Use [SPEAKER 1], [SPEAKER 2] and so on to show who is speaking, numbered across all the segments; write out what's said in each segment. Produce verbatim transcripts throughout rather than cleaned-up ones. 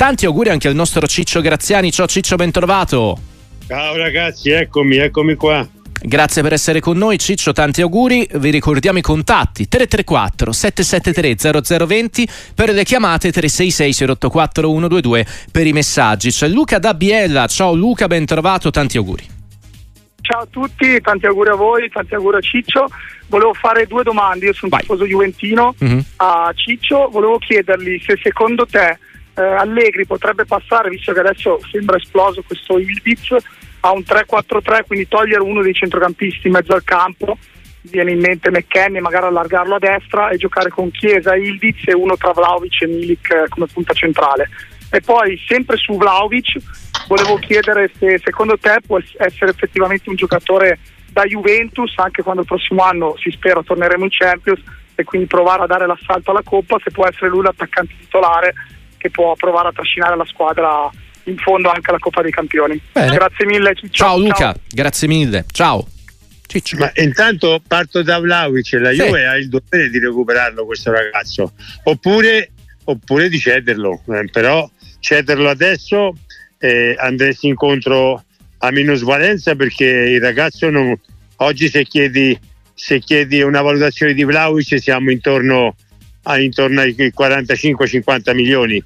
[SPEAKER 1] Tanti auguri anche al nostro Ciccio Graziani. Ciao Ciccio, ben trovato.
[SPEAKER 2] Ciao ragazzi, eccomi, eccomi qua.
[SPEAKER 1] Grazie per essere con noi Ciccio, tanti auguri. Vi ricordiamo i contatti: tre tre quattro sette sette tre zero zero due zero per le chiamate, tre sei sei zero otto quattro uno due due per i messaggi. C'è Luca da Biella. Ciao Luca, ben trovato, tanti auguri.
[SPEAKER 3] Ciao a tutti, tanti auguri a voi, tanti auguri a Ciccio. Volevo fare due domande, io sono
[SPEAKER 1] Vai.
[SPEAKER 3] tifoso juventino. Mm-hmm. A Ciccio volevo chiedergli se secondo te eh, Allegri potrebbe passare, visto che adesso sembra esploso questo Ildiz, a un tre quattro tre, quindi togliere uno dei centrocampisti in mezzo al campo, viene in mente McKennie, magari allargarlo a destra e giocare con Chiesa, Ildiz e uno tra Vlahovic e Milik eh, come punta centrale. E poi sempre su Vlahovic volevo chiedere se secondo te può essere effettivamente un giocatore da Juventus, anche quando il prossimo anno si spera torneremo in Champions, e quindi provare a dare l'assalto alla Coppa, se può essere lui l'attaccante titolare che può provare a trascinare la squadra in fondo anche alla Coppa dei Campioni.
[SPEAKER 1] Bene.
[SPEAKER 3] Grazie mille Ciccio.
[SPEAKER 1] Ciao Luca,
[SPEAKER 3] ciao.
[SPEAKER 1] Grazie mille, ciao Ciccio.
[SPEAKER 2] Ma intanto parto da Vlahovic, la
[SPEAKER 1] sì.
[SPEAKER 2] Juve ha il dovere di recuperarlo questo ragazzo, oppure, oppure di cederlo, eh, però cederlo adesso eh, andresti incontro a minusvalenza, perché il ragazzo non, oggi se chiedi, se chiedi una valutazione di Vlahovic siamo intorno, a, intorno ai quarantacinque cinquanta milioni,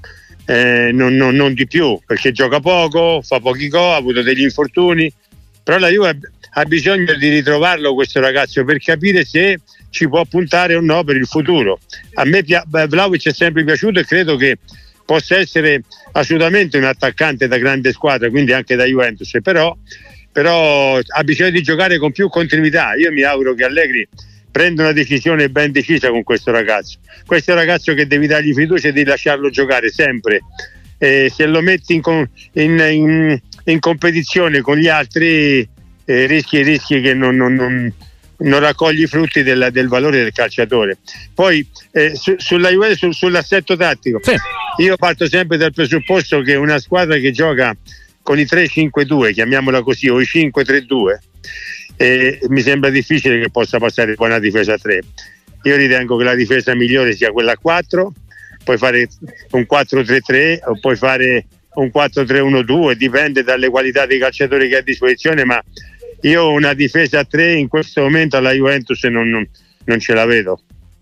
[SPEAKER 2] eh, non, non, non di più, perché gioca poco, fa pochi gol, ha avuto degli infortuni, però la Juve ha bisogno di ritrovarlo questo ragazzo per capire se ci può puntare o no per il futuro. A me Vlahovic è sempre piaciuto e credo che possa essere assolutamente un attaccante da grande squadra, quindi anche da Juventus, però, però ha bisogno di giocare con più continuità. Io mi auguro che Allegri prenda una decisione ben decisa con questo ragazzo. Questo è un ragazzo che devi dargli fiducia e di lasciarlo giocare sempre. E se lo metti in, in, in, in competizione con gli altri eh, rischi, rischi che non, non, non non raccogli i frutti del, del valore del calciatore. Poi eh, su, sulla Juve, su, sull'assetto tattico, sì. Io parto sempre dal presupposto che una squadra che gioca con i tre cinque due, chiamiamola così, o i cinque tre due, eh, mi sembra difficile che possa passare con una difesa a tre. Io ritengo che la difesa migliore sia quella a quattro, puoi fare un quattro tre tre o puoi fare un quattro tre uno due, dipende dalle qualità dei calciatori che hai a disposizione, ma io una difesa a tre in questo momento alla Juventus non, non, non ce la vedo.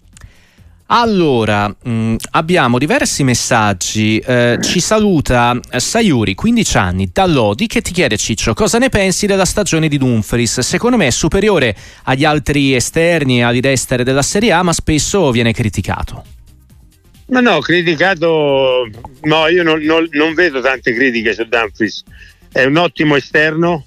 [SPEAKER 1] Allora, mh, abbiamo diversi messaggi. Eh, ci saluta Sayuri, quindici anni, da Lodi, che ti chiede: Ciccio, cosa ne pensi della stagione di Dumfries? Secondo me è superiore agli altri esterni e ali destere della Serie A, ma spesso viene criticato.
[SPEAKER 2] Ma no, criticato no, io non, non, non vedo tante critiche su Dumfries. È un ottimo esterno.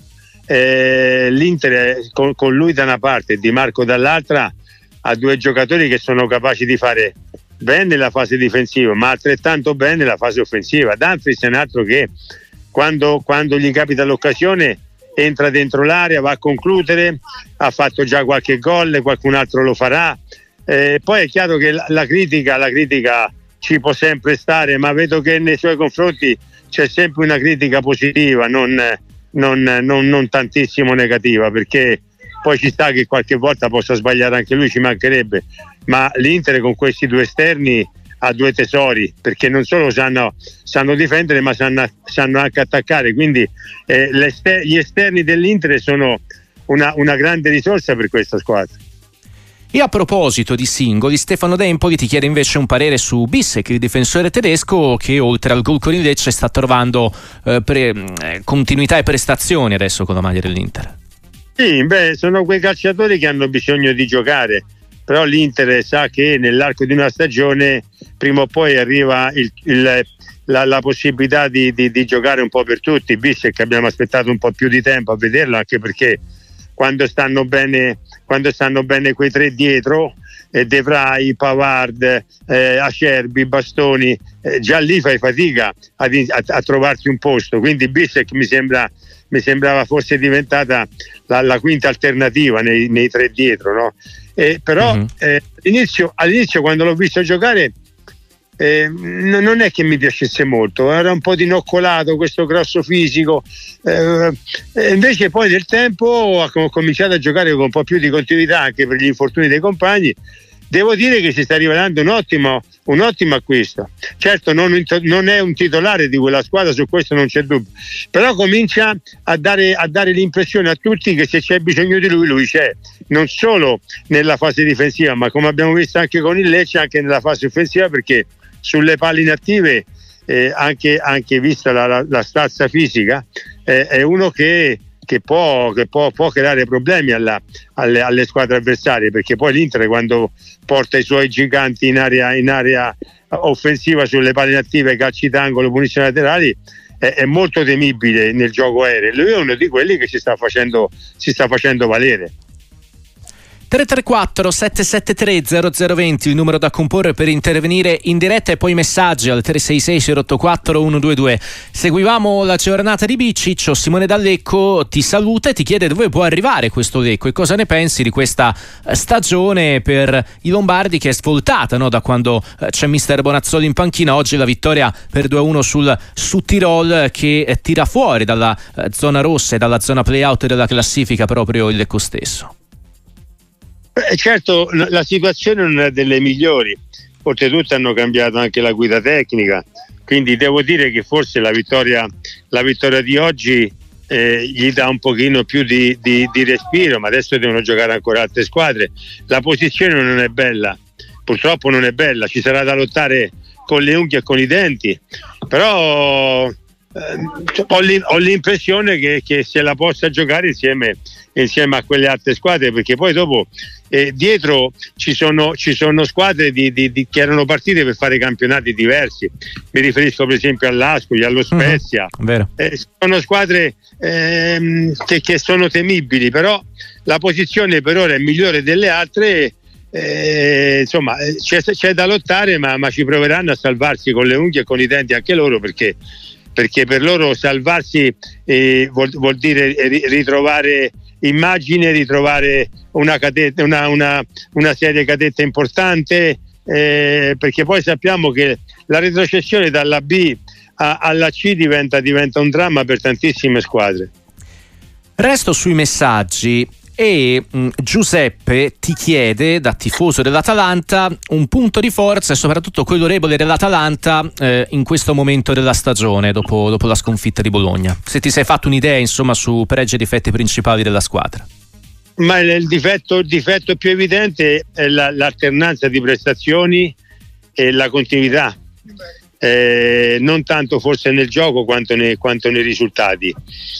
[SPEAKER 2] Eh, L'Inter con, con lui da una parte e Di Marco dall'altra ha due giocatori che sono capaci di fare bene la fase difensiva ma altrettanto bene la fase offensiva. Dumfries è un altro che quando, quando gli capita l'occasione entra dentro l'area, va a concludere, ha fatto già qualche gol, qualcun altro lo farà. Eh, poi è chiaro che la, la critica la critica ci può sempre stare, ma vedo che nei suoi confronti c'è sempre una critica positiva, non Non, non, non tantissimo negativa, perché poi ci sta che qualche volta possa sbagliare anche lui, ci mancherebbe, ma l'Inter con questi due esterni ha due tesori, perché non solo sanno, sanno difendere ma sanno, sanno anche attaccare, quindi eh, gli esterni dell'Inter sono una, una grande risorsa per questa squadra.
[SPEAKER 1] E a proposito di singoli, Stefano D'Empoli ti chiede invece un parere su Bissek, il difensore tedesco che oltre al gol con il Lecce sta trovando eh, pre, eh, continuità e prestazioni adesso con la maglia dell'Inter.
[SPEAKER 2] Sì, beh, sono quei calciatori che hanno bisogno di giocare, però l'Inter sa che nell'arco di una stagione prima o poi arriva il, il, la, la possibilità di, di, di giocare un po' per tutti. Bissek abbiamo aspettato un po' più di tempo a vederlo, anche perché quando stanno bene quando stanno bene quei tre dietro, eh, De Vrij, Pavard, eh, Acerbi, Bastoni, eh, già lì fai fatica a, a, a trovarti un posto, quindi Bissek mi sembra mi sembrava fosse diventata la, la quinta alternativa nei, nei tre dietro, no? Eh, però uh-huh. eh, all'inizio, all'inizio quando l'ho visto giocare Eh, n- non è che mi piacesse molto, era un po' dinoccolato questo grosso fisico, eh, eh, invece poi nel tempo ha com- cominciato a giocare con un po' più di continuità anche per gli infortuni dei compagni devo dire che si sta rivelando un ottimo, un ottimo acquisto. Certo non, non è un titolare di quella squadra, su questo non c'è dubbio, però comincia a dare, a dare l'impressione a tutti che se c'è bisogno di lui, lui c'è, non solo nella fase difensiva, ma come abbiamo visto anche con il Lecce, anche nella fase offensiva, perché sulle palle inattive, eh, anche, anche vista la, la, la stazza fisica, eh, è uno che Che, può, che può, può creare problemi alla, alle, alle squadre avversarie, perché poi l'Inter, quando porta i suoi giganti in area, in area offensiva sulle palle inattive, calci d'angolo, punizioni laterali, è, è molto temibile nel gioco aereo. Lui è uno di quelli che si sta facendo, si sta facendo valere.
[SPEAKER 1] tre tre quattro sette sette tre zero zero due zero il numero da comporre per intervenire in diretta, e poi messaggi al tre sei sei zero otto quattro uno due due. Seguivamo la giornata di B. Ciccio, Simone da Lecco ti saluta e ti chiede dove può arrivare questo Lecco e cosa ne pensi di questa stagione per i lombardi, che è svoltata, no? Da quando c'è mister Bonazzoli in panchina. Oggi la vittoria per due a uno sul Südtirol, che tira fuori dalla zona rossa e dalla zona play-out della classifica proprio il Lecco stesso.
[SPEAKER 2] Eh, certo, la situazione non è delle migliori, oltretutto hanno cambiato anche la guida tecnica, quindi devo dire che forse la vittoria, la vittoria di oggi eh, gli dà un pochino più di, di, di respiro, ma adesso devono giocare ancora altre squadre. La posizione non è bella, purtroppo non è bella, ci sarà da lottare con le unghie e con i denti, però eh, ho, ho l'impressione che, che se la possa giocare insieme, insieme a quelle altre squadre, perché poi dopo eh, dietro ci sono, ci sono squadre di, di, di, che erano partite per fare campionati diversi. Mi riferisco per esempio all'Ascoli, allo Spezia.
[SPEAKER 1] Mm-hmm,
[SPEAKER 2] eh, sono squadre ehm, che, che sono temibili, però la posizione per ora è migliore delle altre. Eh, insomma c'è, c'è da lottare, ma, ma ci proveranno a salvarsi con le unghie e con i denti anche loro, perché, perché per loro salvarsi eh, vuol, vuol dire ritrovare immagine, ritrovare una, cadetta, una, una, una serie cadetta importante, eh, perché poi sappiamo che la retrocessione dalla B a, alla C diventa, diventa un dramma per tantissime squadre.
[SPEAKER 1] Resto sui messaggi e mh, Giuseppe ti chiede, da tifoso dell'Atalanta, un punto di forza e soprattutto quello debole dell'Atalanta eh, in questo momento della stagione, dopo, dopo la sconfitta di Bologna. Se ti sei fatto un'idea insomma su pregi e difetti principali della squadra.
[SPEAKER 2] Ma il difetto, il difetto più evidente è la, l'alternanza di prestazioni e la continuità, eh, non tanto forse nel gioco quanto, ne, quanto nei risultati.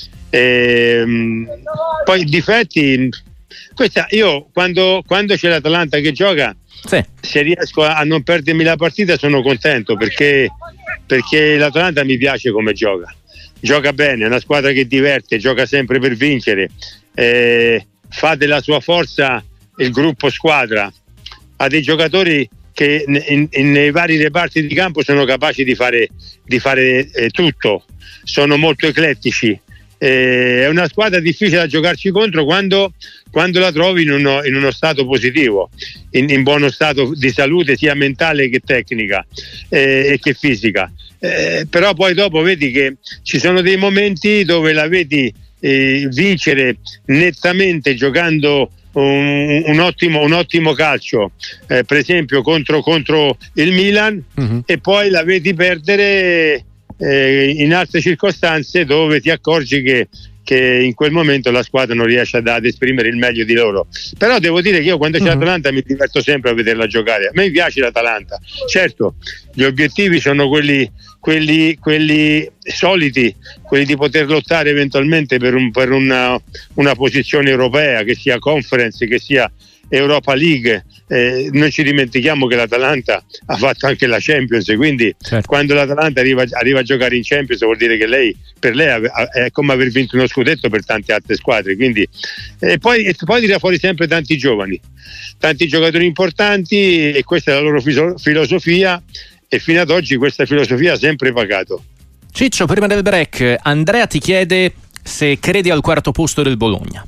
[SPEAKER 2] Ehm, poi i difetti, questa, io quando, quando c'è l'Atalanta che gioca,
[SPEAKER 1] sì,
[SPEAKER 2] se riesco a non perdermi la partita sono contento, perché, perché l'Atalanta mi piace come gioca, gioca bene, è una squadra che diverte, gioca sempre per vincere, eh, fa della sua forza il gruppo squadra, ha dei giocatori che in, in, nei vari reparti di campo sono capaci di fare, di fare eh, tutto, sono molto eclettici. Eh, è una squadra difficile da giocarci contro quando, quando la trovi in uno, in uno stato positivo, in, in buono stato di salute sia mentale che tecnica eh, e che fisica, eh, però poi dopo vedi che ci sono dei momenti dove la vedi eh, vincere nettamente giocando un, un, ottimo, un ottimo calcio, eh, per esempio contro, contro il Milan, uh-huh. e poi la vedi perdere Eh, in altre circostanze dove ti accorgi che, che in quel momento la squadra non riesce ad, ad esprimere il meglio di loro. Però devo dire che io quando c'è mm-hmm. l'Atalanta mi diverto sempre a vederla giocare. A me piace l'Atalanta, certo gli obiettivi sono quelli, quelli, quelli soliti, quelli di poter lottare eventualmente per, un, per una, una posizione europea, che sia Conference, che sia Europa League. Eh, non ci dimentichiamo che l'Atalanta ha fatto anche la Champions, quindi certo, quando l'Atalanta arriva, arriva a giocare in Champions vuol dire che lei, per lei è come aver vinto uno scudetto per tante altre squadre, quindi e poi, e poi tira fuori sempre tanti giovani, tanti giocatori importanti, e questa è la loro fiso- filosofia, e fino ad oggi questa filosofia ha sempre pagato.
[SPEAKER 1] Ciccio, prima del break Andrea ti chiede se credi al quarto posto del Bologna.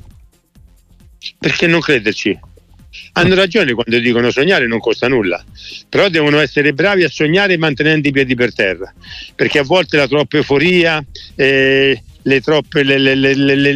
[SPEAKER 2] Perché non crederci? Hanno ragione quando dicono sognare non costa nulla, però devono essere bravi a sognare mantenendo i piedi per terra, perché a volte la troppa euforia, eh, le troppe le, le, le, le,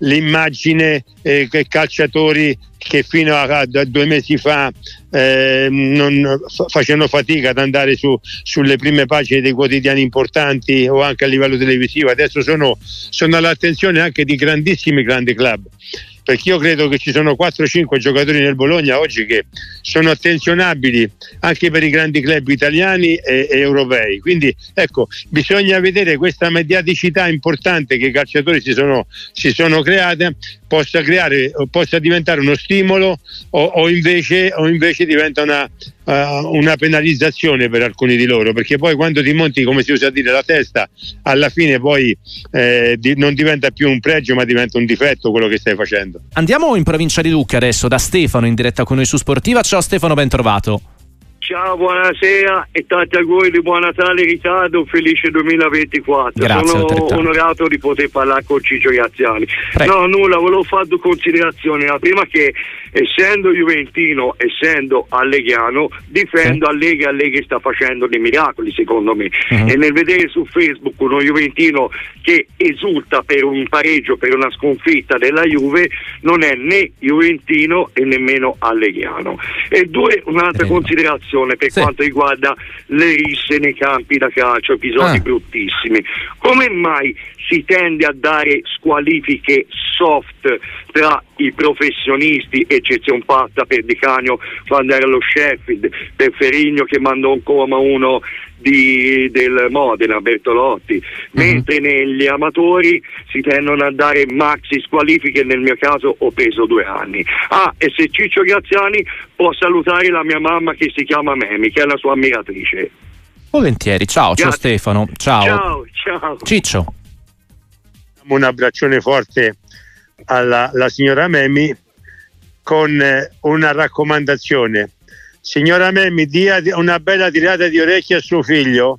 [SPEAKER 2] l'immagine eh, che calciatori che fino a, a due mesi fa eh, non fa, facevano fatica ad andare su, sulle prime pagine dei quotidiani importanti o anche a livello televisivo, adesso sono, sono all'attenzione anche di grandissimi grandi club, perché io credo che ci sono quattro cinque giocatori nel Bologna oggi che sono attenzionabili anche per i grandi club italiani e, e europei, quindi ecco, bisogna vedere questa mediaticità importante che i calciatori si sono, si sono create possa creare, possa diventare uno stimolo o, o, invece, o invece diventa una, uh, una penalizzazione per alcuni di loro, perché poi quando ti monti, come si usa a dire, la testa, alla fine poi eh, di, non diventa più un pregio ma diventa un difetto quello che stai facendo.
[SPEAKER 1] Andiamo in provincia di Lucca adesso da Stefano in diretta con noi su Sportiva. Ciao Stefano, ben trovato.
[SPEAKER 4] Ciao, buonasera e tanti auguri di buon Natale in ritardo, felice duemilaventiquattro.
[SPEAKER 1] Grazie,
[SPEAKER 4] sono
[SPEAKER 1] altrettanto.
[SPEAKER 4] onorato di poter parlare con Ciccio Graziani.
[SPEAKER 1] Prego.
[SPEAKER 4] No, nulla, volevo fare due considerazioni. La prima, che essendo juventino, essendo alleghiano, difendo
[SPEAKER 1] sì.
[SPEAKER 4] Allegri. Allegri sta facendo dei miracoli secondo me,
[SPEAKER 1] uh-huh.
[SPEAKER 4] e nel vedere su Facebook uno juventino che esulta per un pareggio, per una sconfitta della Juve, non è né juventino e nemmeno alleghiano. E due, un'altra
[SPEAKER 1] Prego.
[SPEAKER 4] considerazione per
[SPEAKER 1] sì.
[SPEAKER 4] quanto riguarda le risse nei campi da calcio, episodi
[SPEAKER 1] ah.
[SPEAKER 4] bruttissimi. Come mai si tende a dare squalifiche soft tra i professionisti, eccezione fatta per Di Canio quando era allo Sheffield, per Ferrigno che mandò un coma uno di, del Modena, Bertolotti, mm-hmm. mentre negli amatori si tendono a dare maxi squalifiche, nel mio caso ho preso due anni. Ah, e se Ciccio Graziani può salutare la mia mamma che si chiama Memi, che è la sua ammiratrice.
[SPEAKER 1] Volentieri, ciao, ciao Stefano, ciao.
[SPEAKER 4] Ciao, ciao.
[SPEAKER 1] Ciccio.
[SPEAKER 2] Un abbraccione forte alla, alla signora Memi con eh, una raccomandazione. Signora Memi, dia una bella tirata di orecchie a suo figlio,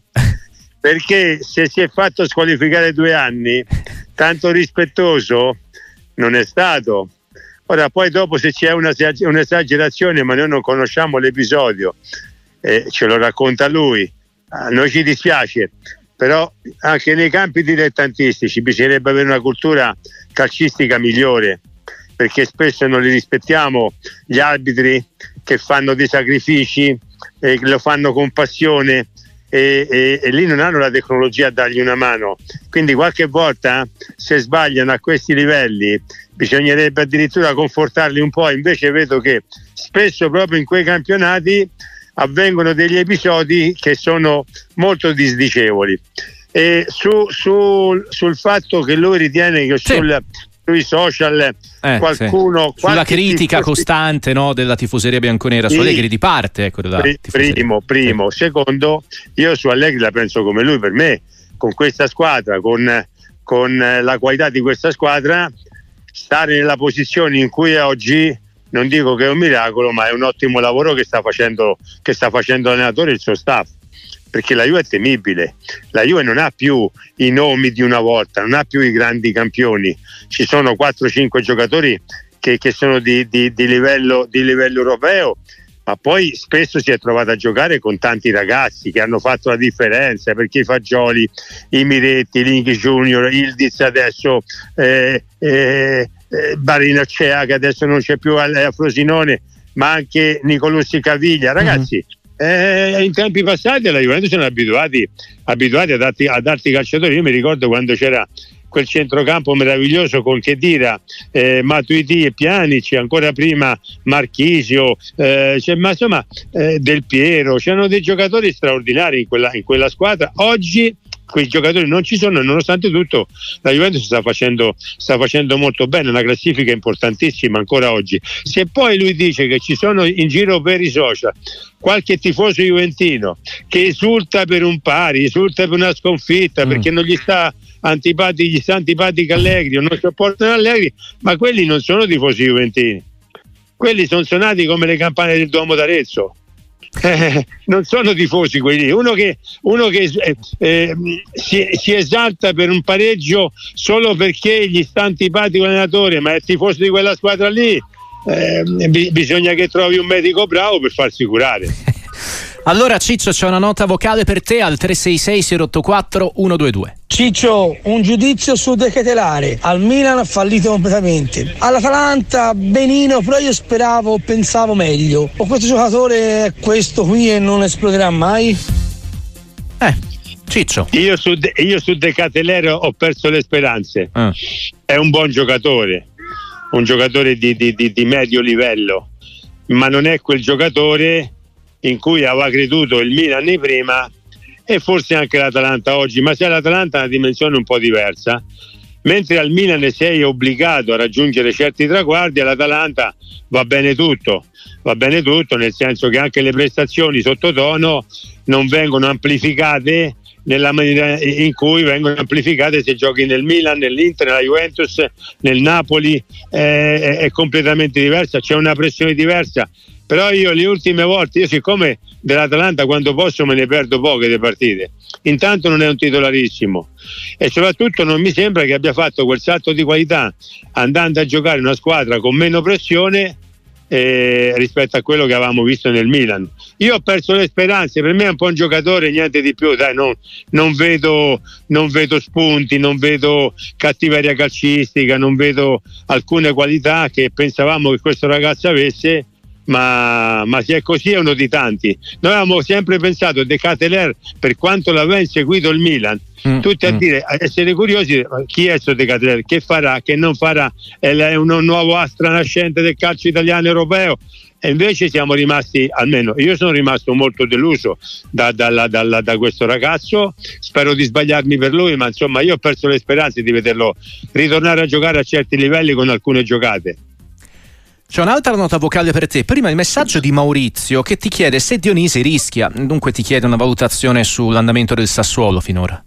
[SPEAKER 2] perché se si è fatto squalificare due anni, tanto rispettoso non è stato. Ora poi dopo se c'è una, un'esagerazione, ma noi non conosciamo l'episodio, eh, ce lo racconta lui, a noi ci dispiace, però anche nei campi dilettantistici bisognerebbe avere una cultura calcistica migliore, perché spesso non li rispettiamo gli arbitri che fanno dei sacrifici e lo fanno con passione e, e, e lì non hanno la tecnologia a dargli una mano, quindi qualche volta se sbagliano a questi livelli bisognerebbe addirittura confortarli un po'. Invece vedo che spesso proprio in quei campionati avvengono degli episodi che sono molto disdicevoli. E su, su, sul fatto che lui ritiene che sì. sul, sui social
[SPEAKER 1] eh,
[SPEAKER 2] qualcuno
[SPEAKER 1] sì. sulla critica tifosi... costante, no, della tifoseria bianconera sì. su Allegri di parte, ecco, della
[SPEAKER 2] Pri, primo, primo. Sì. Secondo, io su Allegri la penso come lui. Per me, con questa squadra, con, con la qualità di questa squadra, stare nella posizione in cui è oggi, non dico che è un miracolo, ma è un ottimo lavoro che sta facendo, che sta facendo l'allenatore e il suo staff, perché la Juve è temibile, la Juve non ha più i nomi di una volta, non ha più i grandi campioni, ci sono quattro cinque giocatori che, che sono di, di, di, livello, di livello europeo, ma poi spesso si è trovato a giocare con tanti ragazzi che hanno fatto la differenza, perché i Fagioli, i Miretti, Linghi Junior, Ildiz adesso, eh, eh, eh, Barinacea che adesso non c'è più a, a Frosinone, ma anche Nicolussi Caviglia, ragazzi. Mm-hmm. Eh, in tempi passati alla Juventus sono abituati, abituati a darti, a darti calciatori. Io mi ricordo quando c'era quel centrocampo meraviglioso con Khedira, eh, Matuidi e Pjanic, ancora prima Marchisio, eh, cioè, ma insomma eh, Del Piero, c'erano dei giocatori straordinari in quella, in quella squadra. Oggi quei giocatori non ci sono e nonostante tutto la Juventus sta facendo, sta facendo molto bene, una classifica importantissima ancora oggi. Se poi lui dice che ci sono in giro per i social qualche tifoso juventino che esulta per un pari, esulta per una sconfitta, mm. perché non gli sta antipatico, gli sta antipatico Allegri o non sopportano Allegri, ma quelli non sono tifosi juventini, quelli sono suonati come le campane del Duomo d'Arezzo. Eh, non sono tifosi quelli. Uno che, uno che eh, eh, si, si esalta per un pareggio solo perché gli sta antipatico l'allenatore, ma è tifoso di quella squadra lì, eh, b- bisogna che trovi un medico bravo per farsi curare.
[SPEAKER 1] Allora Ciccio, c'è una nota vocale per te al tre sei sei zero otto quattro uno due due.
[SPEAKER 5] Ciccio, un giudizio su De Ketelare. Al Milan ha fallito completamente. All'Atalanta benino, però io speravo, pensavo meglio. O questo giocatore è questo qui e non esploderà mai?
[SPEAKER 1] Eh, Ciccio.
[SPEAKER 2] Io su De, io su De Ketelare ho perso le speranze. Ah. È un buon giocatore, un giocatore di, di, di, di medio livello, ma non è quel giocatore in cui aveva creduto il Milan di prima e forse anche l'Atalanta oggi, ma se l'Atalanta ha una dimensione un po' diversa, mentre al Milan sei obbligato a raggiungere certi traguardi, all'Atalanta va bene tutto, va bene tutto nel senso che anche le prestazioni sottotono non vengono amplificate nella maniera in cui vengono amplificate se giochi nel Milan, nell'Inter, nella Juventus, nel Napoli, eh, è, è completamente diversa, c'è una pressione diversa. Però io le ultime volte, io siccome dell'Atalanta quando posso me ne perdo poche le partite, intanto non è un titolarissimo e soprattutto non mi sembra che abbia fatto quel salto di qualità andando a giocare in una squadra con meno pressione eh, rispetto a quello che avevamo visto nel Milan. Io ho perso le speranze, per me è un po' un giocatore, niente di più, dai, non, non vedo non vedo spunti, non vedo cattiveria calcistica, non vedo alcune qualità che pensavamo che questo ragazzo avesse. Ma, ma se è così è uno di tanti. Noi avevamo sempre pensato De Ketelare, per quanto l'aveva inseguito il Milan, mm, tutti a mm. dire, a essere curiosi, chi è questo De Ketelare, che farà, che non farà, è un nuovo astra nascente del calcio italiano europeo. E invece siamo rimasti, almeno io sono rimasto molto deluso da, da, da, da, da questo ragazzo. Spero di sbagliarmi per lui, ma insomma io ho perso le speranze di vederlo ritornare a giocare a certi livelli con alcune giocate.
[SPEAKER 1] C'è un'altra nota vocale per te. Prima il messaggio di Maurizio che ti chiede se Dionisi rischia, dunque ti chiede una valutazione sull'andamento del Sassuolo finora.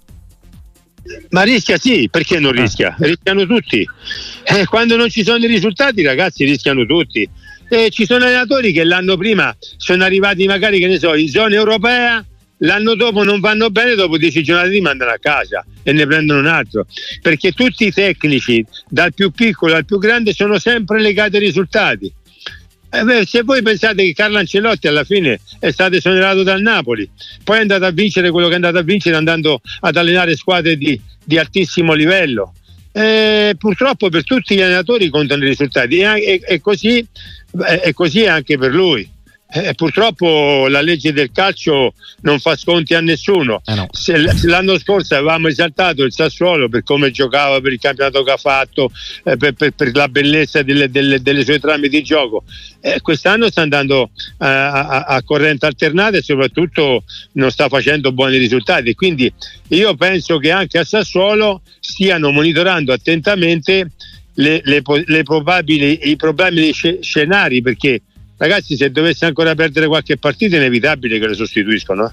[SPEAKER 2] Ma rischia sì, perché non rischia? Ah. Rischiano tutti. Eh, quando non ci sono i risultati, ragazzi, rischiano tutti. Eh, ci sono allenatori che l'anno prima sono arrivati magari, che ne so, in zona europea, l'anno dopo non vanno bene, dopo dieci giornate li mandano a casa e ne prendono un altro, perché tutti i tecnici dal più piccolo al più grande sono sempre legati ai risultati. Eh beh, se voi pensate che Carlo Ancelotti alla fine è stato esonerato dal Napoli, poi è andato a vincere quello che è andato a vincere andando ad allenare squadre di, di altissimo livello, eh, purtroppo per tutti gli allenatori contano i risultati e, e, e così e così è anche per lui. Eh, purtroppo la legge del calcio non fa sconti a nessuno. Eh no. Se l'anno scorso avevamo esaltato il Sassuolo per come giocava, per il campionato che ha fatto, eh, per, per, per la bellezza delle, delle, delle sue trame di gioco, eh, quest'anno sta andando eh, a, a corrente alternata e soprattutto non sta facendo buoni risultati, quindi io penso che anche a Sassuolo stiano monitorando attentamente le, le, le probabili, i probabili scenari, perché ragazzi, se dovesse ancora perdere qualche partita è inevitabile che lo sostituiscono.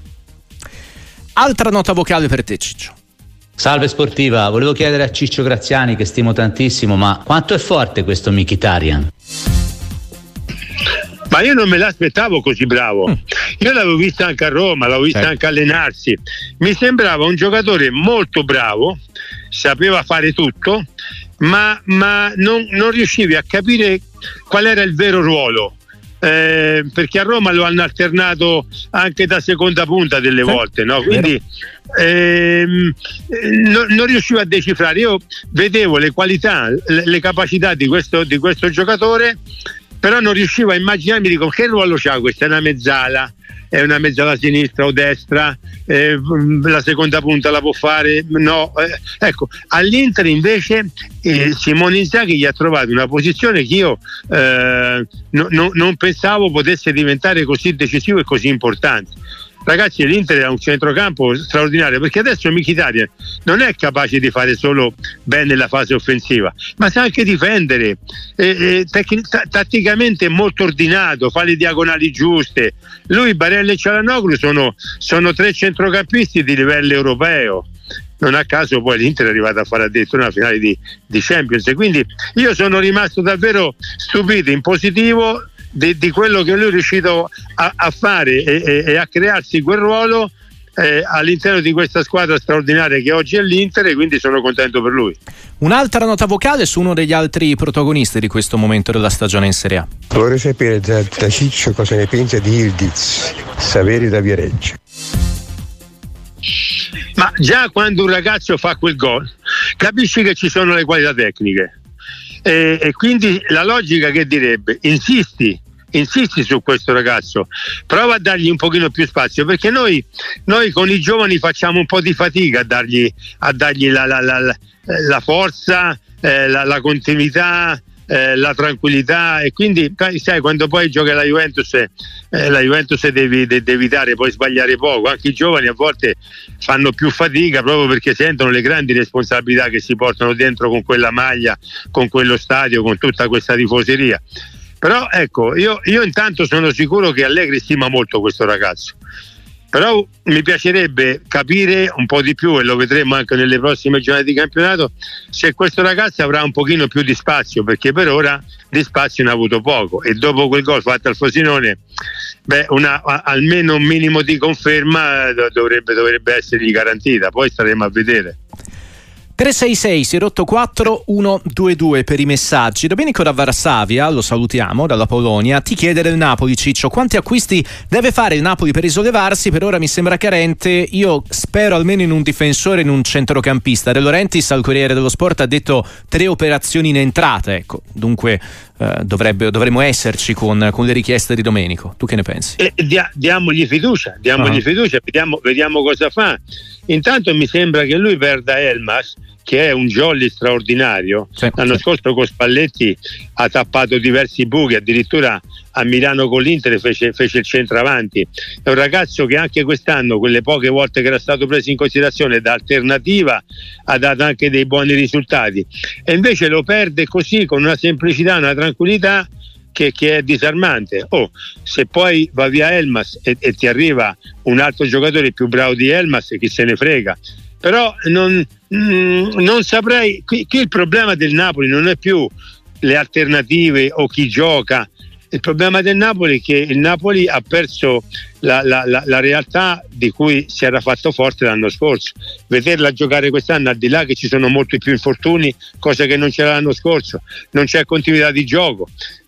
[SPEAKER 1] Altra nota vocale per te, Ciccio.
[SPEAKER 6] Salve Sportiva, volevo chiedere a Ciccio Graziani, che stimo tantissimo, ma quanto è forte questo Mkhitaryan?
[SPEAKER 2] Ma io non me l'aspettavo così bravo. Mm. Io l'avevo visto anche a Roma, l'avevo visto certo. anche allenarsi. Mi sembrava un giocatore molto bravo, sapeva fare tutto, ma, ma non, non riuscivi a capire qual era il vero ruolo. Eh, perché a Roma lo hanno alternato anche da seconda punta delle volte, no? Quindi ehm, no, non riuscivo a decifrare. Io vedevo le qualità, le, le capacità di questo, di questo giocatore, però non riuscivo a immaginarmi, dico, che ruolo c'ha? Questa è una mezzala, è una mezzala sinistra o destra, eh, la seconda punta la può fare, no, eh, ecco, all'Inter invece eh, Simone Inzaghi gli ha trovato una posizione che io eh, no, no, non pensavo potesse diventare così decisivo e così importante. Ragazzi, l'Inter è un centrocampo straordinario, perché adesso Mkhitaryan non è capace di fare solo bene la fase offensiva, ma sa anche difendere, eh, eh, tec- t- tatticamente è molto ordinato, fa le diagonali giuste. Lui, Barella e Çalhanoğlu sono, sono tre centrocampisti di livello europeo. Non a caso poi l'Inter è arrivata a fare addirittura una finale di, di Champions, e quindi io sono rimasto davvero stupito in positivo Di, di quello che lui è riuscito a, a fare e, e, e a crearsi quel ruolo eh, all'interno di questa squadra straordinaria che oggi è l'Inter, e quindi sono contento per lui.
[SPEAKER 1] Un'altra nota vocale su uno degli altri protagonisti di questo momento della stagione in Serie A.
[SPEAKER 7] Vorrei sapere da, da Ciccio cosa ne pensa di Yildiz, Saveri da Viareggio.
[SPEAKER 2] Ma già quando un ragazzo fa quel gol capisci che ci sono le qualità tecniche, e, e quindi la logica che direbbe insisti insisti su questo ragazzo, prova a dargli un pochino più spazio, perché noi, noi con i giovani facciamo un po' di fatica a dargli, a dargli la, la, la, la, la forza, eh, la, la continuità, eh, la tranquillità, e quindi sai, quando poi gioca la Juventus, eh, la Juventus devi, devi evitare, puoi sbagliare poco. Anche i giovani a volte fanno più fatica proprio perché sentono le grandi responsabilità che si portano dentro con quella maglia, con quello stadio, con tutta questa tifoseria. Però ecco, io, io intanto sono sicuro che Allegri stima molto questo ragazzo, però mi piacerebbe capire un po' di più, e lo vedremo anche nelle prossime giornate di campionato, se questo ragazzo avrà un pochino più di spazio, perché per ora di spazio ne ha avuto poco, e dopo quel gol fatto al Frosinone, beh, una, almeno un minimo di conferma dovrebbe, dovrebbe essergli garantita, poi staremo a vedere.
[SPEAKER 1] tre sei sei sei otto quattro uno due due per i messaggi. Domenico da Varsavia, lo salutiamo, dalla Polonia, ti chiede del Napoli. Ciccio, quanti acquisti deve fare il Napoli per risollevarsi? Per ora mi sembra carente, io spero almeno in un difensore, in un centrocampista. De Laurentiis al Corriere dello Sport ha detto tre operazioni in entrata, ecco, dunque eh, dovrebbe, dovremmo esserci con, con le richieste di Domenico. Tu che ne pensi?
[SPEAKER 2] Eh, dia, diamogli fiducia, diamogli uh-huh. fiducia, vediamo, vediamo cosa fa. Intanto mi sembra che lui perda Elmas, che è un jolly straordinario. Sì, l'anno sì. scorso con Spalletti ha tappato diversi buchi, addirittura a Milano con l'Inter fece, fece il centravanti. È un ragazzo che anche quest'anno, quelle poche volte che era stato preso in considerazione da alternativa, ha dato anche dei buoni risultati, e invece lo perde così, con una semplicità, una tranquillità Che, che è disarmante. Oh, se poi va via Elmas e, e ti arriva un altro giocatore più bravo di Elmas, chi se ne frega. Però non, mh, non saprei, qui, qui il problema del Napoli non è più le alternative o chi gioca. Il problema del Napoli è che il Napoli ha perso la, la, la, la realtà di cui si era fatto forte l'anno scorso. Vederla giocare quest'anno, al di là che ci sono molti più infortuni, cosa che non c'era l'anno scorso, non c'è continuità di gioco,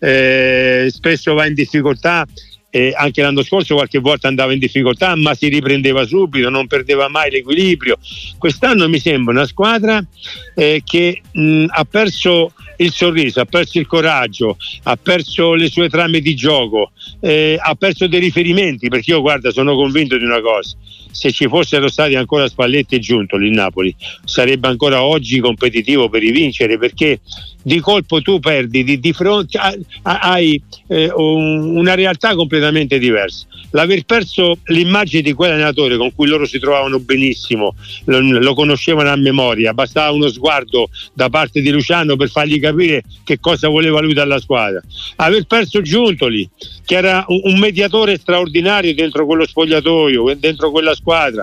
[SPEAKER 2] eh, spesso va in difficoltà. Eh, anche l'anno scorso qualche volta andava in difficoltà, ma si riprendeva subito, non perdeva mai l'equilibrio. Quest'anno mi sembra una squadra eh, che mh, ha perso il sorriso, ha perso il coraggio, ha perso le sue trame di gioco, eh, ha perso dei riferimenti, perché io guarda, sono convinto di una cosa: se ci fossero stati ancora Spalletti e Giuntoli, il Napoli sarebbe ancora oggi competitivo per rivincere, perché di colpo tu perdi di, di fronte a, a, hai eh, un, una realtà completamente diversa. L'aver perso l'immagine di quell'allenatore con cui loro si trovavano benissimo, lo, lo conoscevano a memoria, bastava uno sguardo da parte di Luciano per fargli capire che cosa voleva lui dalla squadra. Aver perso Giuntoli, che era un, un mediatore straordinario dentro quello spogliatoio, dentro quella squadra.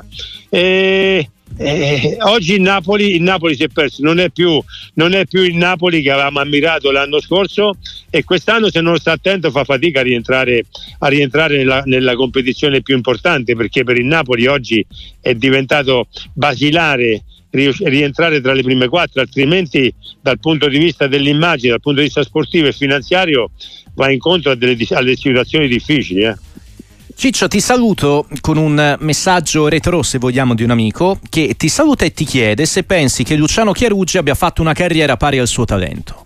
[SPEAKER 2] E Eh, oggi il Napoli, il Napoli si è perso, non è più, non è più il Napoli che avevamo ammirato l'anno scorso, e quest'anno, se non sta attento, fa fatica a rientrare, a rientrare nella, nella competizione più importante, perché per il Napoli oggi è diventato basilare rientrare tra le prime quattro, altrimenti dal punto di vista dell'immagine, dal punto di vista sportivo e finanziario va incontro a delle, alle situazioni difficili. eh.
[SPEAKER 1] Ciccio, ti saluto con un messaggio retro, se vogliamo, di un amico che ti saluta e ti chiede se pensi che Luciano Chiaruggi abbia fatto una carriera pari al suo talento.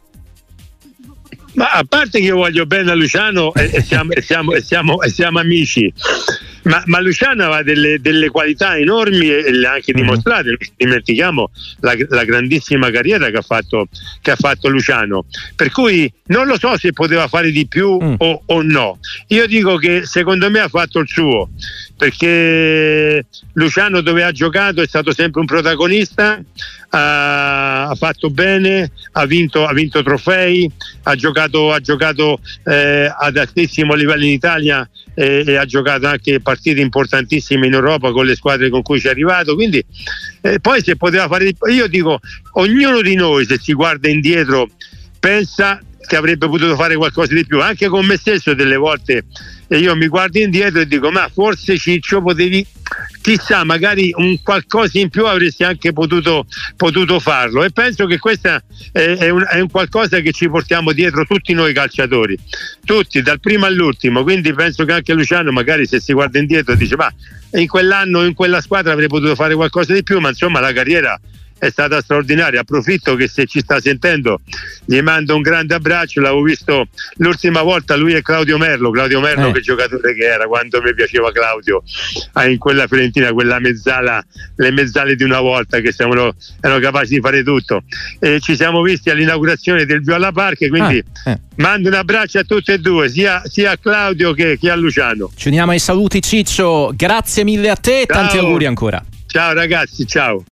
[SPEAKER 2] Ma a parte che io voglio bene a Luciano e, e, siamo, e, siamo, e, siamo, e siamo amici, ma, ma Luciano aveva delle, delle qualità enormi e le ha anche dimostrate. Non dimentichiamo la, la grandissima carriera che ha, fatto, che ha fatto Luciano, per cui non lo so se poteva fare di più mm. o, o no. Io dico che secondo me ha fatto il suo, perché Luciano, dove ha giocato, è stato sempre un protagonista, ha, ha fatto bene, ha vinto, ha vinto trofei, ha giocato, ha giocato eh, ad altissimo livello in Italia eh, e ha giocato anche partite importantissime in Europa con le squadre con cui ci è arrivato, quindi eh, poi se poteva fare di più, io dico, ognuno di noi, se si guarda indietro, pensa che avrebbe potuto fare qualcosa di più. Anche con me stesso delle volte, e io mi guardo indietro e dico, ma forse Ciccio potevi chissà, magari un qualcosa in più avresti anche potuto, potuto farlo, e penso che questa è, è, un, è un qualcosa che ci portiamo dietro tutti noi calciatori, tutti dal primo all'ultimo, quindi penso che anche Luciano magari se si guarda indietro dice ma in quell'anno in quella squadra avrei potuto fare qualcosa di più, ma insomma la carriera è stata straordinaria. Approfitto che se ci sta sentendo gli mando un grande abbraccio, l'avevo visto l'ultima volta lui e Claudio Merlo Claudio Merlo eh. che giocatore che era, quando mi piaceva Claudio in quella Fiorentina, quella mezzala, le mezzale di una volta che siamo, erano capaci di fare tutto, e ci siamo visti all'inaugurazione del Viola Park, quindi eh. Eh. mando un abbraccio a tutti e due, sia, sia a Claudio che, che a Luciano.
[SPEAKER 1] Ci uniamo ai saluti, Ciccio, grazie mille a te e tanti auguri ancora.
[SPEAKER 2] Ciao ragazzi, ciao.